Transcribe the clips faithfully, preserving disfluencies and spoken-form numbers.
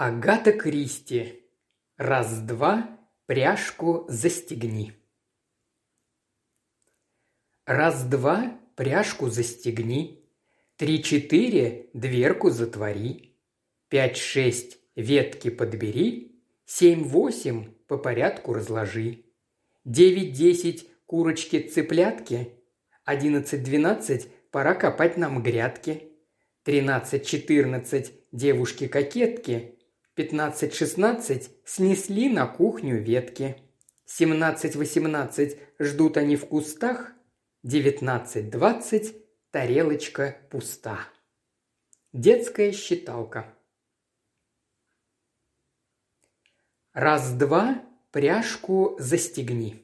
Агата Кристи. Раз-два, пряжку застегни. Раз-два, пряжку застегни. Три-четыре, дверку затвори. Пять-шесть, ветки подбери. Семь-восемь, по порядку разложи. Девять-десять, курочки-цыплятки. Одиннадцать-двенадцать, пора копать нам грядки. Тринадцать-четырнадцать, девушки-кокетки. Пятнадцать-шестнадцать, снесли на кухню ветки. Семнадцать-восемнадцать, ждут они в кустах. Девятнадцать-двадцать, тарелочка пуста. Детская считалка. Раз-два, пряжку застегни.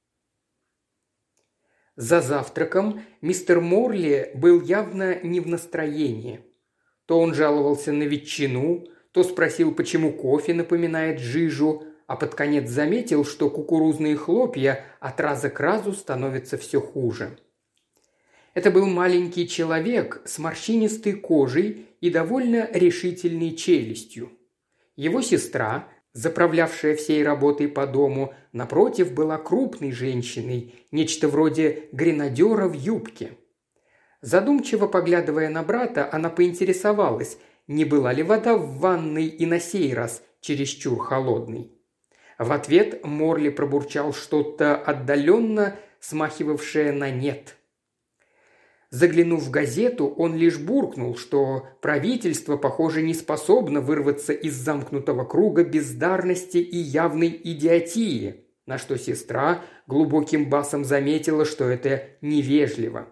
За завтраком мистер Морли был явно не в настроении. То он жаловался на ветчину, то спросил, почему кофе напоминает жижу, а под конец заметил, что кукурузные хлопья от раза к разу становятся все хуже. Это был маленький человек с морщинистой кожей и довольно решительной челюстью. Его сестра, заправлявшая всей работой по дому, напротив, была крупной женщиной, нечто вроде гренадера в юбке. Задумчиво поглядывая на брата, она поинтересовалась, не была ли вода в ванной и на сей раз чересчур холодной. В ответ Морли пробурчал что-то отдаленно смахивавшее на «нет». Заглянув в газету, он лишь буркнул, что правительство, похоже, не способно вырваться из замкнутого круга бездарности и явной идиотии, на что сестра глубоким басом заметила, что это невежливо.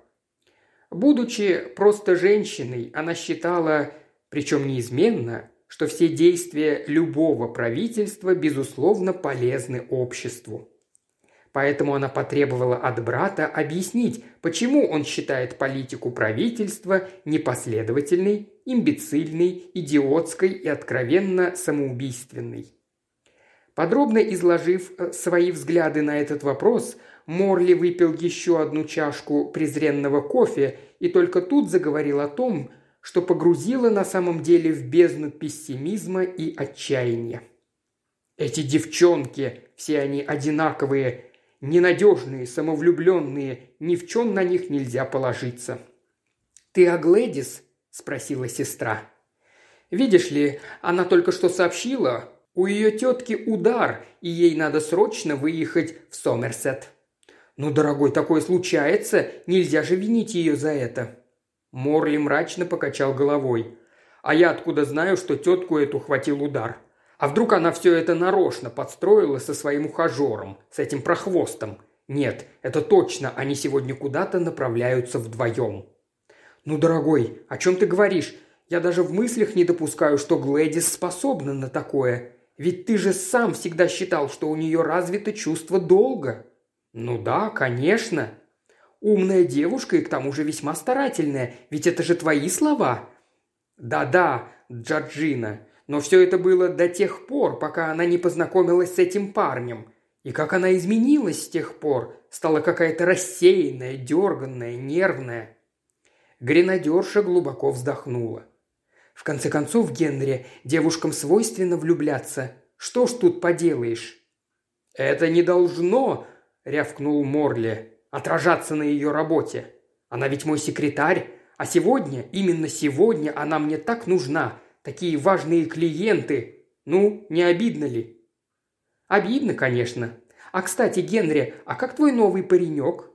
Будучи просто женщиной, она считала, причем неизменно, что все действия любого правительства, безусловно, полезны обществу. Поэтому она потребовала от брата объяснить, почему он считает политику правительства непоследовательной, имбецильной, идиотской и откровенно самоубийственной. Подробно изложив свои взгляды на этот вопрос, Морли выпил еще одну чашку презренного кофе и только тут заговорил о том, что погрузило на самом деле в бездну пессимизма и отчаяния. «Эти девчонки, все они одинаковые, ненадежные, самовлюбленные, ни в чем на них нельзя положиться». «Ты о Глэдис?» – спросила сестра. «Видишь ли, она только что сообщила, у ее тетки удар, и ей надо срочно выехать в Сомерсет». «Ну, дорогой, такое случается, нельзя же винить ее за это». Морли мрачно покачал головой. «А я откуда знаю, что тетку эту хватил удар? А вдруг она все это нарочно подстроила со своим ухажером, с этим прохвостом? Нет, это точно, они сегодня куда-то направляются вдвоем». «Ну, дорогой, о чем ты говоришь? Я даже в мыслях не допускаю, что Глэдис способна на такое. Ведь ты же сам всегда считал, что у нее развито чувство долга». «Ну да, конечно. Умная девушка и к тому же весьма старательная, ведь это же твои слова». «Да-да, Джорджина. Но все это было до тех пор, пока она не познакомилась с этим парнем. И как она изменилась с тех пор, стала какая-то рассеянная, дерганная, нервная». Гренадерша глубоко вздохнула. «В конце концов, Генри, девушкам свойственно влюбляться. Что ж тут поделаешь?» «Это не должно», – рявкнул Морли, – «отражаться на ее работе. Она ведь мой секретарь, а сегодня, именно сегодня она мне так нужна. Такие важные клиенты. Ну, не обидно ли?» «Обидно, конечно. А, кстати, Генри, а как твой новый паренек?»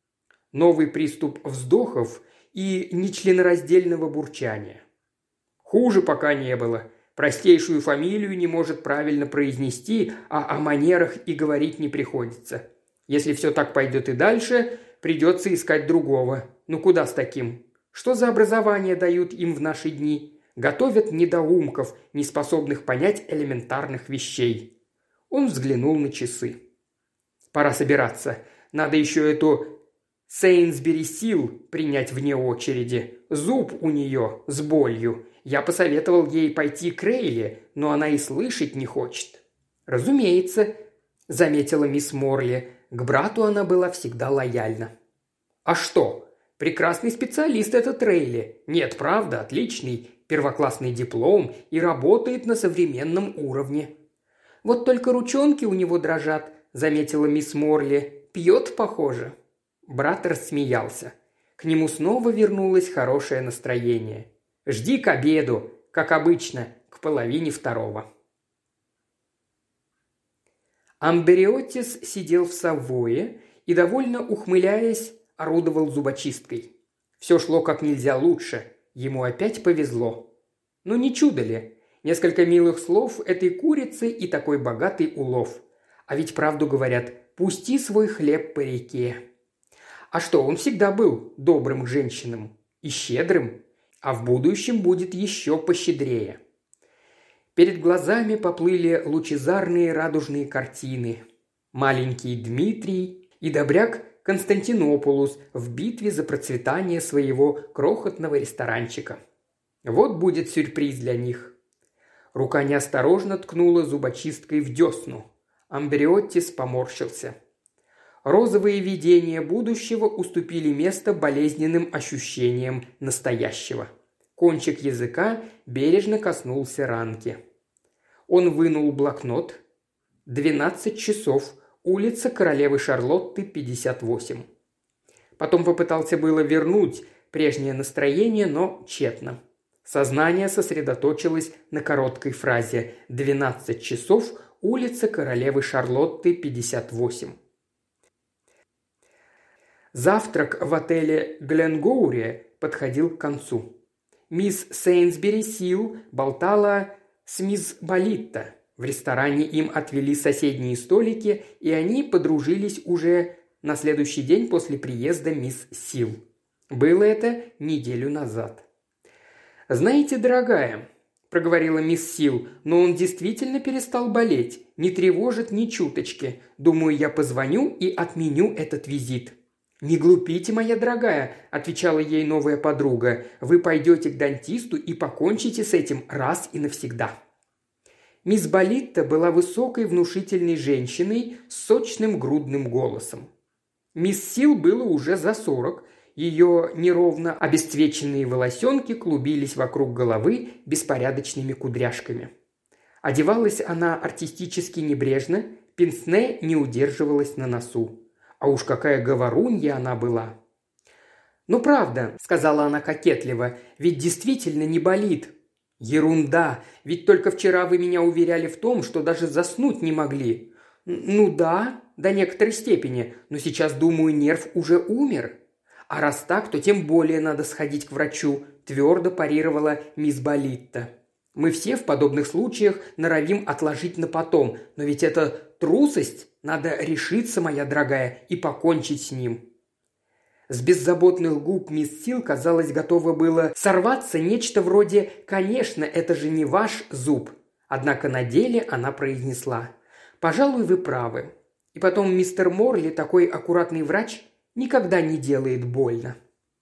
Новый приступ вздохов и нечленораздельного бурчания. «Хуже пока не было. Простейшую фамилию не может правильно произнести, а о манерах и говорить не приходится. Если все так пойдет и дальше, придется искать другого. Ну куда с таким? Что за образование дают им в наши дни? Готовят недоумков, не способных понять элементарных вещей». Он взглянул на часы. «Пора собираться. Надо еще эту Сейнсбери Сил принять вне очереди. Зуб у нее с болью. Я посоветовал ей пойти к Рейли, но она и слышать не хочет». «Разумеется», – заметила мисс Морли. К брату она была всегда лояльна. «А что? Прекрасный специалист этот Рейли. Нет, правда, отличный. первоклассный диплом и работает на современном уровне». «Вот только ручонки у него дрожат», – заметила мисс Морли. «Пьет, похоже». Брат рассмеялся. К нему снова вернулось хорошее настроение. «Жди к обеду, как обычно, к половине второго». Амбериотис сидел в Савое и, довольно ухмыляясь, орудовал зубочисткой. Все шло как нельзя лучше. Ему опять повезло. Ну не чудо ли? Несколько милых слов этой курицы и такой богатый улов. А ведь правду говорят: пусти свой хлеб по реке. А что, он всегда был добрым к женщинам и щедрым, а в будущем будет еще пощедрее. Перед глазами поплыли лучезарные радужные картины. Маленький Дмитрий и добряк Константинополус в битве за процветание своего крохотного ресторанчика. Вот будет сюрприз для них. Рука неосторожно ткнула зубочисткой в десну. Амбриоттис поморщился. Розовые видения будущего уступили место болезненным ощущениям настоящего. Кончик языка бережно коснулся ранки. Он вынул блокнот. Двенадцать часов. Улица Королевы Шарлотты, пятьдесят восемь. Потом попытался было вернуть прежнее настроение, но тщетно. Сознание сосредоточилось на короткой фразе «двенадцать часов. Улица Королевы Шарлотты, пятьдесят восемь». Завтрак в отеле Гленгоури подходил к концу. Мисс Сейнсбери Сил болтала с мисс Болитто. В ресторане им отвели соседние столики, и они подружились уже на следующий день после приезда мисс Сил. Было это неделю назад. «Знаете, дорогая», – проговорила мисс Сил, – «но он действительно перестал болеть, не тревожит ни чуточки. Думаю, я позвоню и отменю этот визит». «Не глупите, моя дорогая», – отвечала ей новая подруга. «Вы пойдете к дантисту и покончите с этим раз и навсегда». Мисс Болитто была высокой внушительной женщиной с сочным грудным голосом. Мисс Сил было уже за сорок, ее неровно обесцвеченные волосенки клубились вокруг головы беспорядочными кудряшками. Одевалась она артистически небрежно, пенсне не удерживалась на носу. А уж какая говорунья она была! «Ну правда», – сказала она кокетливо, – «ведь действительно не болит». «Ерунда! Ведь только вчера вы меня уверяли в том, что даже заснуть не могли». «Ну да, до некоторой степени, но сейчас, думаю, нерв уже умер». «А раз так, то тем более надо сходить к врачу», – твердо парировала мисс Болитто. «Мы все в подобных случаях норовим отложить на потом, но ведь это трусость, надо решиться, моя дорогая, и покончить с ним». С беззаботных губ мисс Сил, казалось, готово было сорваться нечто вроде «Конечно, это же не ваш зуб». Однако на деле она произнесла: «Пожалуй, вы правы. И потом мистер Морли, такой аккуратный врач, никогда не делает больно».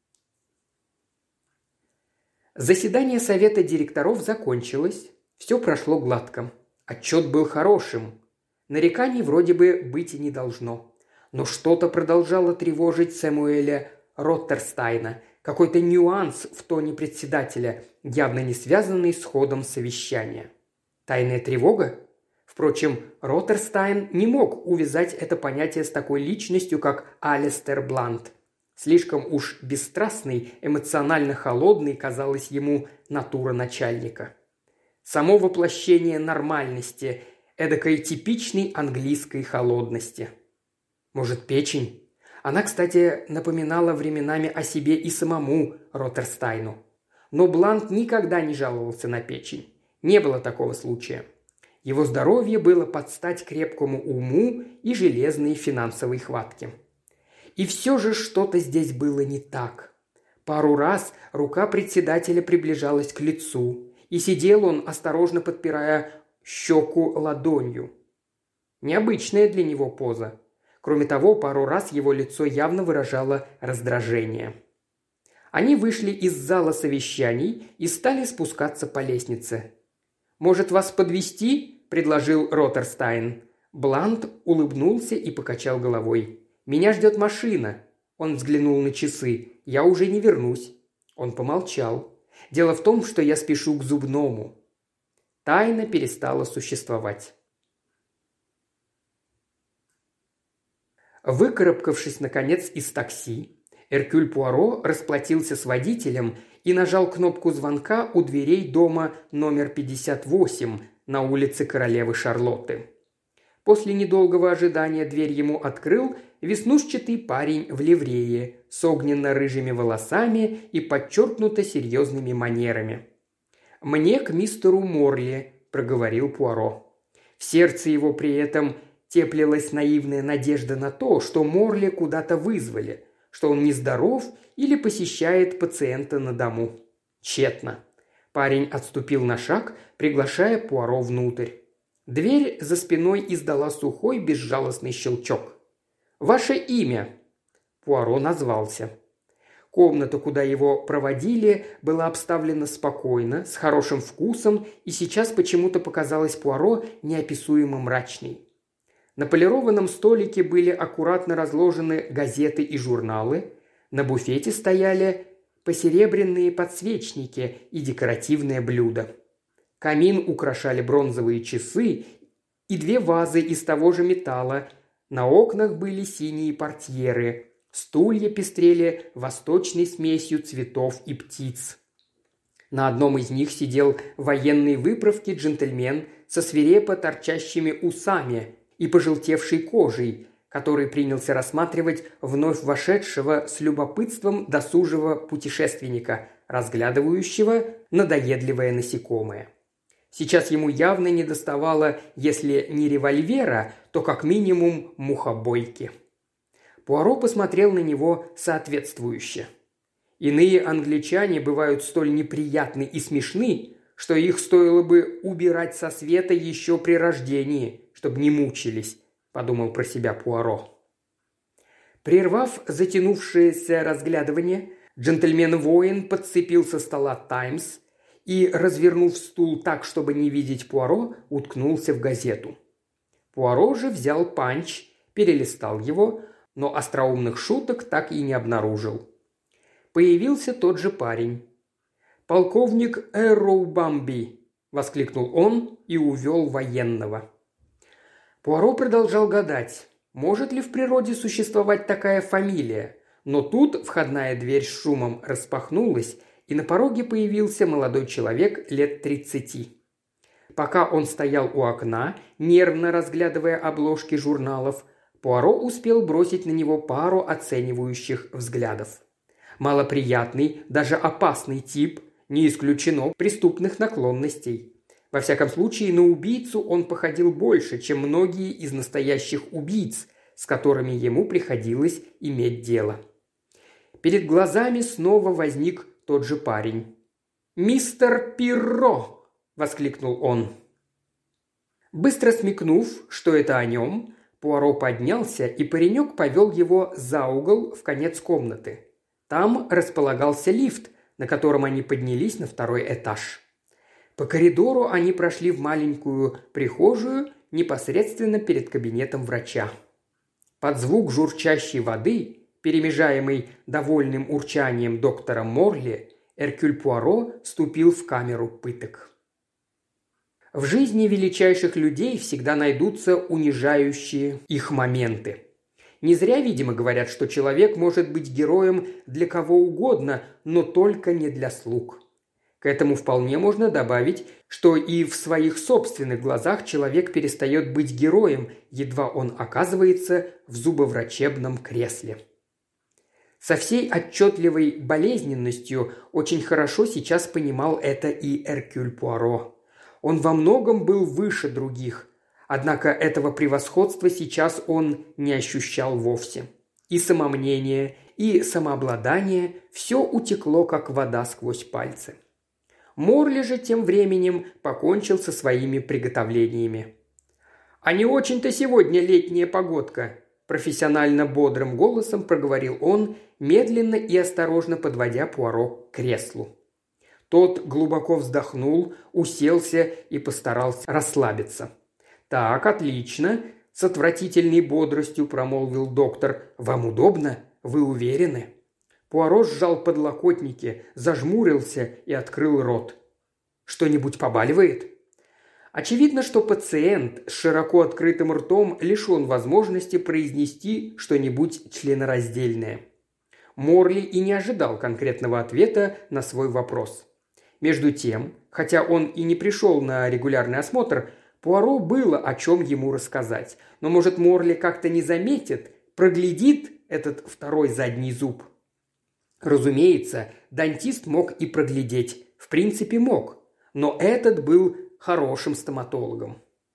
Заседание совета директоров закончилось. Все прошло гладко. Отчет был хорошим. Нареканий вроде бы быть и не должно. Но что-то продолжало тревожить Сэмуэля Роттерстайна. Какой-то нюанс в тоне председателя, явно не связанный с ходом совещания. Тайная тревога? Впрочем, Роттерстайн не мог увязать это понятие с такой личностью, как Алистер Блант. Слишком уж бесстрастной, эмоционально холодной казалась ему натура начальника. Само воплощение нормальности, эдакой типичной английской холодности. Может, печень? Она, кстати, напоминала временами о себе и самому Роттерстайну. Но Блант никогда не жаловался на печень. Не было такого случая. Его здоровье было под стать крепкому уму и железной финансовой хватке. И все же что-то здесь было не так. Пару раз рука председателя приближалась к лицу, и сидел он, осторожно подпирая щеку ладонью. Необычная для него поза. Кроме того, пару раз его лицо явно выражало раздражение. Они вышли из зала совещаний и стали спускаться по лестнице. «Может, вас подвезти?» – предложил Роттерстайн. Блант улыбнулся и покачал головой. «Меня ждет машина». Он взглянул на часы. «Я уже не вернусь». Он помолчал. Дело в том, что я спешу к зубному. Тайна перестала существовать. Выкарабкавшись, наконец, из такси, Эркюль Пуаро расплатился с водителем и нажал кнопку звонка у дверей дома номер пятьдесят восемь на улице Королевы Шарлотты. После недолгого ожидания дверь ему открыл веснушчатый парень в ливрее с огненно-рыжими волосами и подчеркнуто серьезными манерами. «Мне к мистеру Морли», – проговорил Пуаро. В сердце его при этом теплилась наивная надежда на то, что Морли куда-то вызвали, что он нездоров или посещает пациента на дому. Тщетно. Парень отступил на шаг, приглашая Пуаро внутрь. Дверь за спиной издала сухой, безжалостный щелчок. «Ваше имя?» Пуаро назвался. Комната, куда его проводили, была обставлена спокойно, с хорошим вкусом и сейчас почему-то показалась Пуаро неописуемо мрачной. На полированном столике были аккуратно разложены газеты и журналы, на буфете стояли посеребряные подсвечники и декоративное блюдо. Камин украшали бронзовые часы и две вазы из того же металла, на окнах были синие портьеры, стулья пестрели восточной смесью цветов и птиц. На одном из них сидел в военной выправке джентльмен со свирепо торчащими усами и пожелтевшей кожей, который принялся рассматривать вновь вошедшего с любопытством досужего путешественника, разглядывающего надоедливое насекомое. Сейчас ему явно недоставало, если не револьвера, то как минимум мухобойки. Пуаро посмотрел на него соответствующе. Иные англичане бывают столь неприятны и смешны, что их стоило бы убирать со света еще при рождении, чтобы не мучились, подумал про себя Пуаро. Прервав затянувшееся разглядывание, джентльмен-воин подцепил со стола «Таймс» и, развернув стул так, чтобы не видеть Пуаро, уткнулся в газету. Пуаро же взял «Панч», перелистал его, но остроумных шуток так и не обнаружил. Появился тот же парень. «Полковник Эрроу Бамби!» – воскликнул он и увел военного. Пуаро продолжал гадать, может ли в природе существовать такая фамилия, но тут входная дверь с шумом распахнулась, и на пороге появился молодой человек лет тридцати. Пока он стоял у окна, нервно разглядывая обложки журналов, Пуаро успел бросить на него пару оценивающих взглядов. Малоприятный, даже опасный тип, не исключено преступных наклонностей. Во всяком случае, на убийцу он походил больше, чем многие из настоящих убийц, с которыми ему приходилось иметь дело. Перед глазами снова возник тот же парень. «Мистер Пирро!» – воскликнул он. Быстро смекнув, что это о нем, Пуаро поднялся, и паренек повел его за угол в конец комнаты. Там располагался лифт, на котором они поднялись на второй этаж. По коридору они прошли в маленькую прихожую непосредственно перед кабинетом врача. Под звук журчащей воды, перемежаемый довольным урчанием доктора Морли, Эркюль Пуаро ступил в камеру пыток. В жизни величайших людей всегда найдутся унижающие их моменты. Не зря, видимо, говорят, что человек может быть героем для кого угодно, но только не для слуг. К этому вполне можно добавить, что и в своих собственных глазах человек перестает быть героем, едва он оказывается в зубоврачебном кресле. Со всей отчетливой болезненностью очень хорошо сейчас понимал это и Эркюль Пуаро. Он во многом был выше других, однако этого превосходства сейчас он не ощущал вовсе. И самомнение, и самообладание – все утекло, как вода сквозь пальцы. Морли же тем временем покончил со своими приготовлениями. «А не очень-то сегодня летняя погодка», – профессионально бодрым голосом проговорил он, медленно и осторожно подводя Пуаро к креслу. Тот глубоко вздохнул, уселся и постарался расслабиться. «Так, отлично», – с отвратительной бодростью промолвил доктор. «Вам удобно? Вы уверены?» Пуаро сжал подлокотники, зажмурился и открыл рот. «Что-нибудь побаливает?» Очевидно, что пациент с широко открытым ртом лишен возможности произнести что-нибудь членораздельное. Морли и не ожидал конкретного ответа на свой вопрос. Между тем, хотя он и не пришел на регулярный осмотр, Пуаро было о чем ему рассказать. Но, может, Морли как-то не заметит, проглядит этот второй задний зуб. Разумеется, дантист мог и проглядеть. В принципе, мог. Но этот был хорошим стоматологом.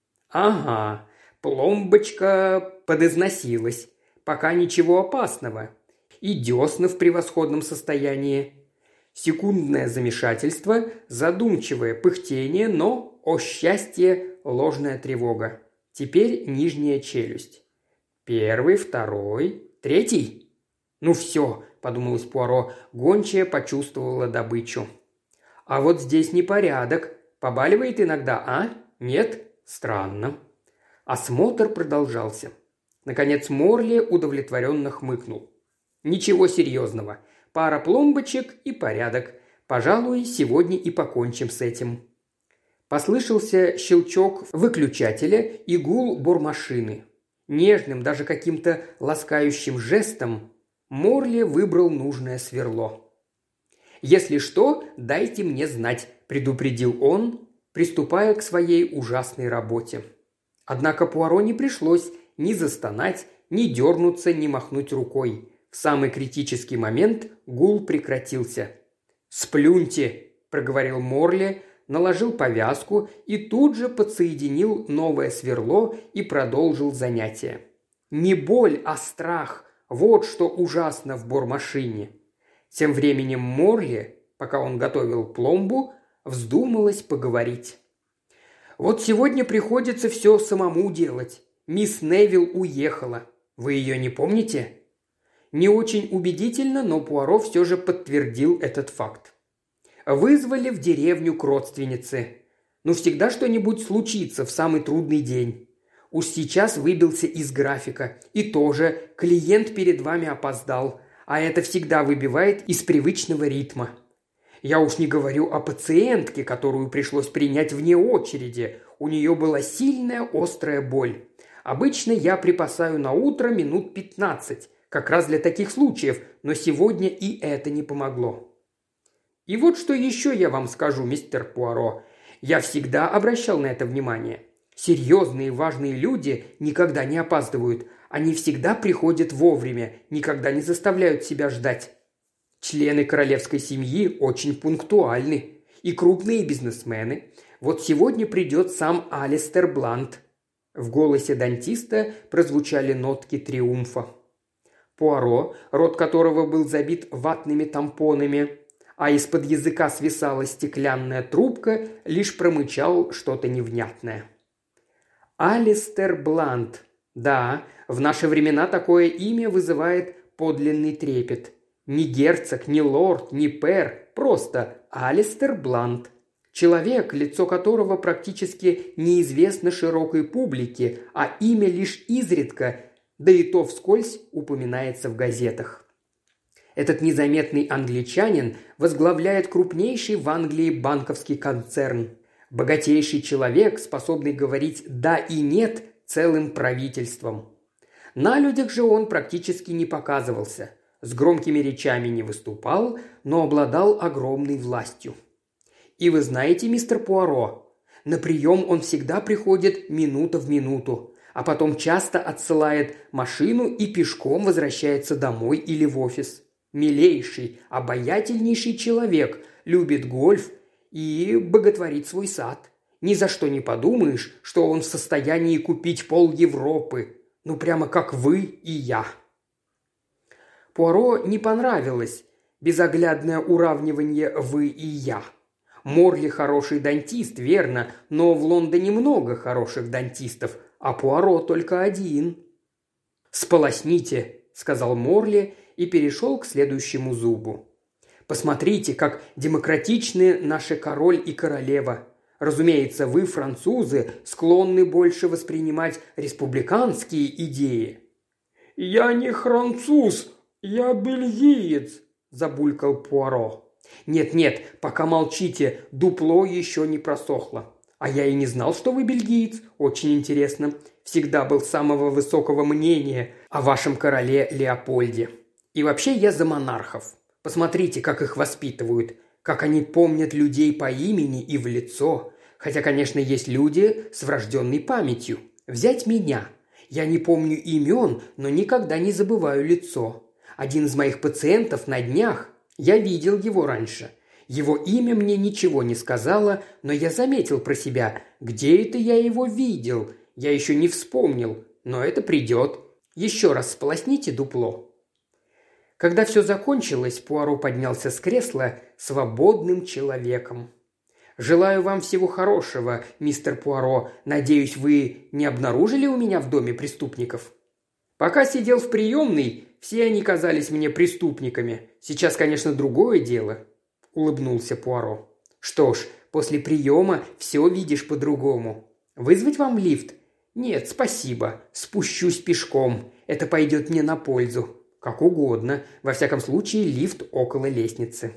Ага, пломбочка подизносилась. Пока ничего опасного. И десна в превосходном состоянии. Секундное замешательство, задумчивое пыхтение, но, о счастье, ложная тревога. Теперь нижняя челюсть. Первый, второй, третий. «Ну все», – подумалось Пуаро, гончая почувствовала добычу. «А вот здесь непорядок. Побаливает иногда, а? Нет? Странно». Осмотр продолжался. Наконец Морли удовлетворенно хмыкнул. «Ничего серьезного. Пара пломбочек и порядок. Пожалуй, сегодня и покончим с этим». Послышался щелчок выключателя и гул бормашины. Нежным, даже каким-то ласкающим жестом Морли выбрал нужное сверло. «Если что, дайте мне знать», – предупредил он, приступая к своей ужасной работе. Однако Пуаро не пришлось ни застонать, ни дернуться, ни махнуть рукой. В самый критический момент гул прекратился. «Сплюньте», – проговорил Морли, наложил повязку и тут же подсоединил новое сверло и продолжил занятие. Не боль, а страх – вот что ужасно в бормашине. Тем временем Морли, пока он готовил пломбу, вздумалось поговорить. «Вот сегодня приходится все самому делать. Мисс Невилл уехала. Вы ее не помните?» Не очень убедительно, но Пуаро все же подтвердил этот факт. Вызвали в деревню к родственнице. Ну, всегда что-нибудь случится в самый трудный день. Уж сейчас выбился из графика. И тоже клиент перед вами опоздал. А это всегда выбивает из привычного ритма. Я уж не говорю о пациентке, которую пришлось принять вне очереди. У нее была сильная острая боль. Обычно я припасаю на утро минут пятнадцать. Как раз для таких случаев. Но сегодня и это не помогло. И вот что еще я вам скажу, мистер Пуаро. Я всегда обращал на это внимание. Серьезные важные люди никогда не опаздывают. Они всегда приходят вовремя, никогда не заставляют себя ждать. Члены королевской семьи очень пунктуальны. И крупные бизнесмены. Вот сегодня придет сам Алистер Блант. В голосе дантиста прозвучали нотки триумфа. Пуаро, рот которого был забит ватными тампонами, а из-под языка свисала стеклянная трубка, лишь промычал что-то невнятное. Алистер Блант. Да, в наши времена такое имя вызывает подлинный трепет. Не герцог, не лорд, не пэр, просто Алистер Блант. Человек, лицо которого практически неизвестно широкой публике, а имя лишь изредка, да и то вскользь упоминается в газетах. Этот незаметный англичанин возглавляет крупнейший в Англии банковский концерн. Богатейший человек, способный говорить «да» и «нет» целым правительством. На людях же он практически не показывался. С громкими речами не выступал, но обладал огромной властью. И вы знаете, мистер Пуаро, на прием он всегда приходит минута в минуту, а потом часто отсылает машину и пешком возвращается домой или в офис. Милейший, обаятельнейший человек, любит гольф и боготворит свой сад. Ни за что не подумаешь, что он в состоянии купить пол Европы. Ну, прямо как вы и я. Пуаро не понравилось безоглядное уравнивание «вы» и «я». Морли хороший дантист, верно, но в Лондоне много хороших дантистов, а Пуаро только один. «Сполосните», – сказал Морли и перешел к следующему зубу. «Посмотрите, как демократичны наши король и королева. Разумеется, вы, французы, склонны больше воспринимать республиканские идеи». «Я не француз, я бельгиец», – забулькал Пуаро. «Нет-нет, пока молчите, дупло еще не просохло. А я и не знал, что вы бельгиец. Очень интересно. Всегда был самого высокого мнения о вашем короле Леопольде. И вообще я за монархов. Посмотрите, как их воспитывают, как они помнят людей по имени и в лицо. Хотя, конечно, есть люди с врожденной памятью. Взять меня. Я не помню имен, но никогда не забываю лицо. Один из моих пациентов на днях, я видел его раньше. Его имя мне ничего не сказала, но я заметил про себя, где это я его видел. Я еще не вспомнил, но это придет. Еще раз сполосните дупло». Когда все закончилось, Пуаро поднялся с кресла свободным человеком. «Желаю вам всего хорошего, мистер Пуаро. Надеюсь, вы не обнаружили у меня в доме преступников?» «Пока сидел в приемной, все они казались мне преступниками. Сейчас, конечно, другое дело», – улыбнулся Пуаро. «Что ж, после приема все видишь по-другому. Вызвать вам лифт?» «Нет, спасибо. Спущусь пешком. Это пойдет мне на пользу». «Как угодно. Во всяком случае, лифт около лестницы».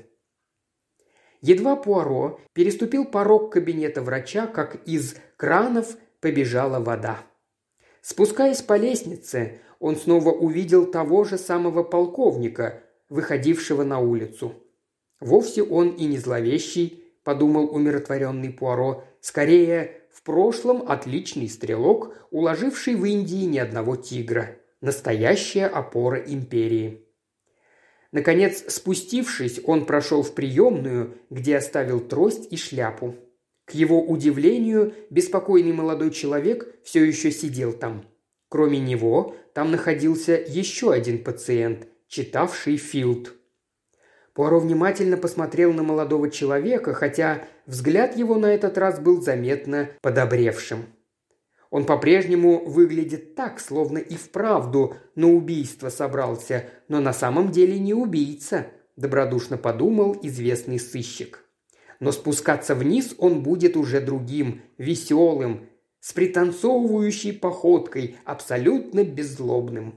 Едва Пуаро переступил порог кабинета врача, как из кранов побежала вода. Спускаясь по лестнице, он снова увидел того же самого полковника, выходившего на улицу. «Вовсе он и не зловещий», – подумал умиротворенный Пуаро, – «скорее, в прошлом отличный стрелок, уложивший в Индии ни одного тигра. Настоящая опора империи». Наконец, спустившись, он прошел в приемную, где оставил трость и шляпу. К его удивлению, беспокойный молодой человек все еще сидел там. Кроме него, там находился еще один пациент, читавший Филд. Пуаро внимательно посмотрел на молодого человека, хотя взгляд его на этот раз был заметно подобревшим. Он по-прежнему выглядит так, словно и вправду на убийство собрался, но на самом деле не убийца, добродушно подумал известный сыщик. Но спускаться вниз он будет уже другим, веселым, с пританцовывающей походкой, абсолютно беззлобным.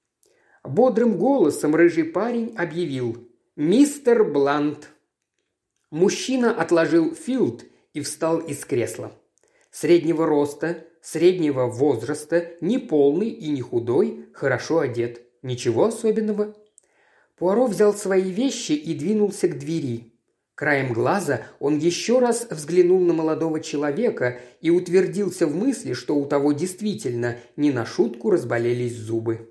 Бодрым голосом рыжий парень объявил: «Мистер Блант». Мужчина отложил Филд и встал из кресла. Среднего роста, среднего возраста, не полный и не худой, хорошо одет. Ничего особенного. Пуаро взял свои вещи и двинулся к двери. Краем глаза он еще раз взглянул на молодого человека и утвердился в мысли, что у того действительно не на шутку разболелись зубы.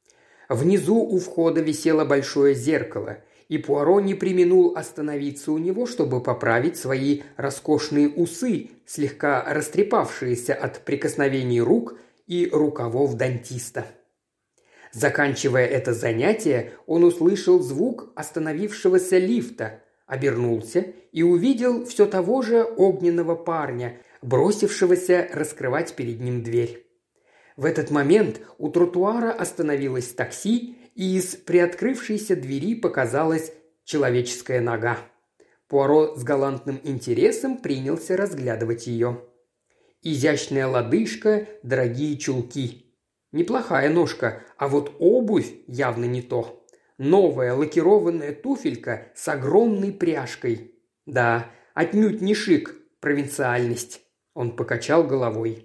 Внизу у входа висело большое зеркало, и Пуаро не преминул остановиться у него, чтобы поправить свои роскошные усы, слегка растрепавшиеся от прикосновений рук и рукавов дантиста. Заканчивая это занятие, он услышал звук остановившегося лифта, обернулся и увидел все того же огненного парня, бросившегося раскрывать перед ним дверь. В этот момент у тротуара остановилось такси, и из приоткрывшейся двери показалась человеческая нога. Пуаро с галантным интересом принялся разглядывать ее. Изящная лодыжка, дорогие чулки. Неплохая ножка, а вот обувь явно не то. Новая лакированная туфелька с огромной пряжкой. Да, отнюдь не шик, провинциальность. Он покачал головой.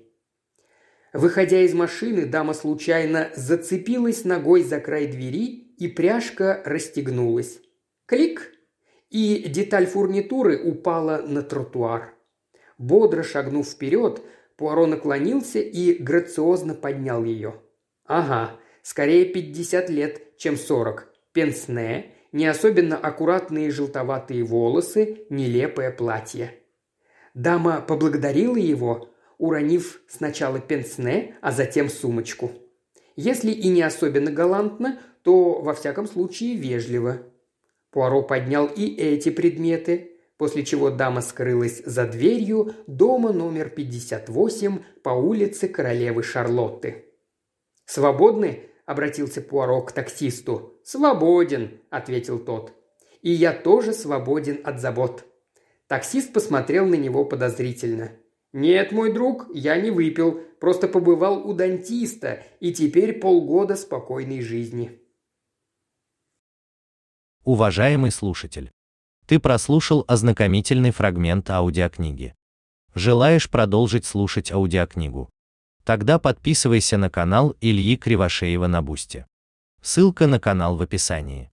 Выходя из машины, дама случайно зацепилась ногой за край двери, и пряжка расстегнулась. Клик! И деталь фурнитуры упала на тротуар. Бодро шагнув вперед, Пуаро наклонился и грациозно поднял ее. Ага, скорее пятьдесят лет, чем сорок. Пенсне, не особенно аккуратные желтоватые волосы, нелепое платье. Дама поблагодарила его, уронив сначала пенсне, а затем сумочку. Если и не особенно галантно, то, во всяком случае, вежливо. Пуаро поднял и эти предметы, после чего дама скрылась за дверью дома номер пятьдесят восемь по улице Королевы Шарлотты. «Свободны?» – обратился Пуаро к таксисту. «Свободен», – ответил тот. «И я тоже свободен от забот». Таксист посмотрел на него подозрительно. «Нет, мой друг, я не выпил, просто побывал у дантиста, и теперь полгода спокойной жизни». Уважаемый слушатель, ты прослушал ознакомительный фрагмент аудиокниги. Желаешь продолжить слушать аудиокнигу? Тогда подписывайся на канал Ильи Кривошеева на Бусти. Ссылка на канал в описании.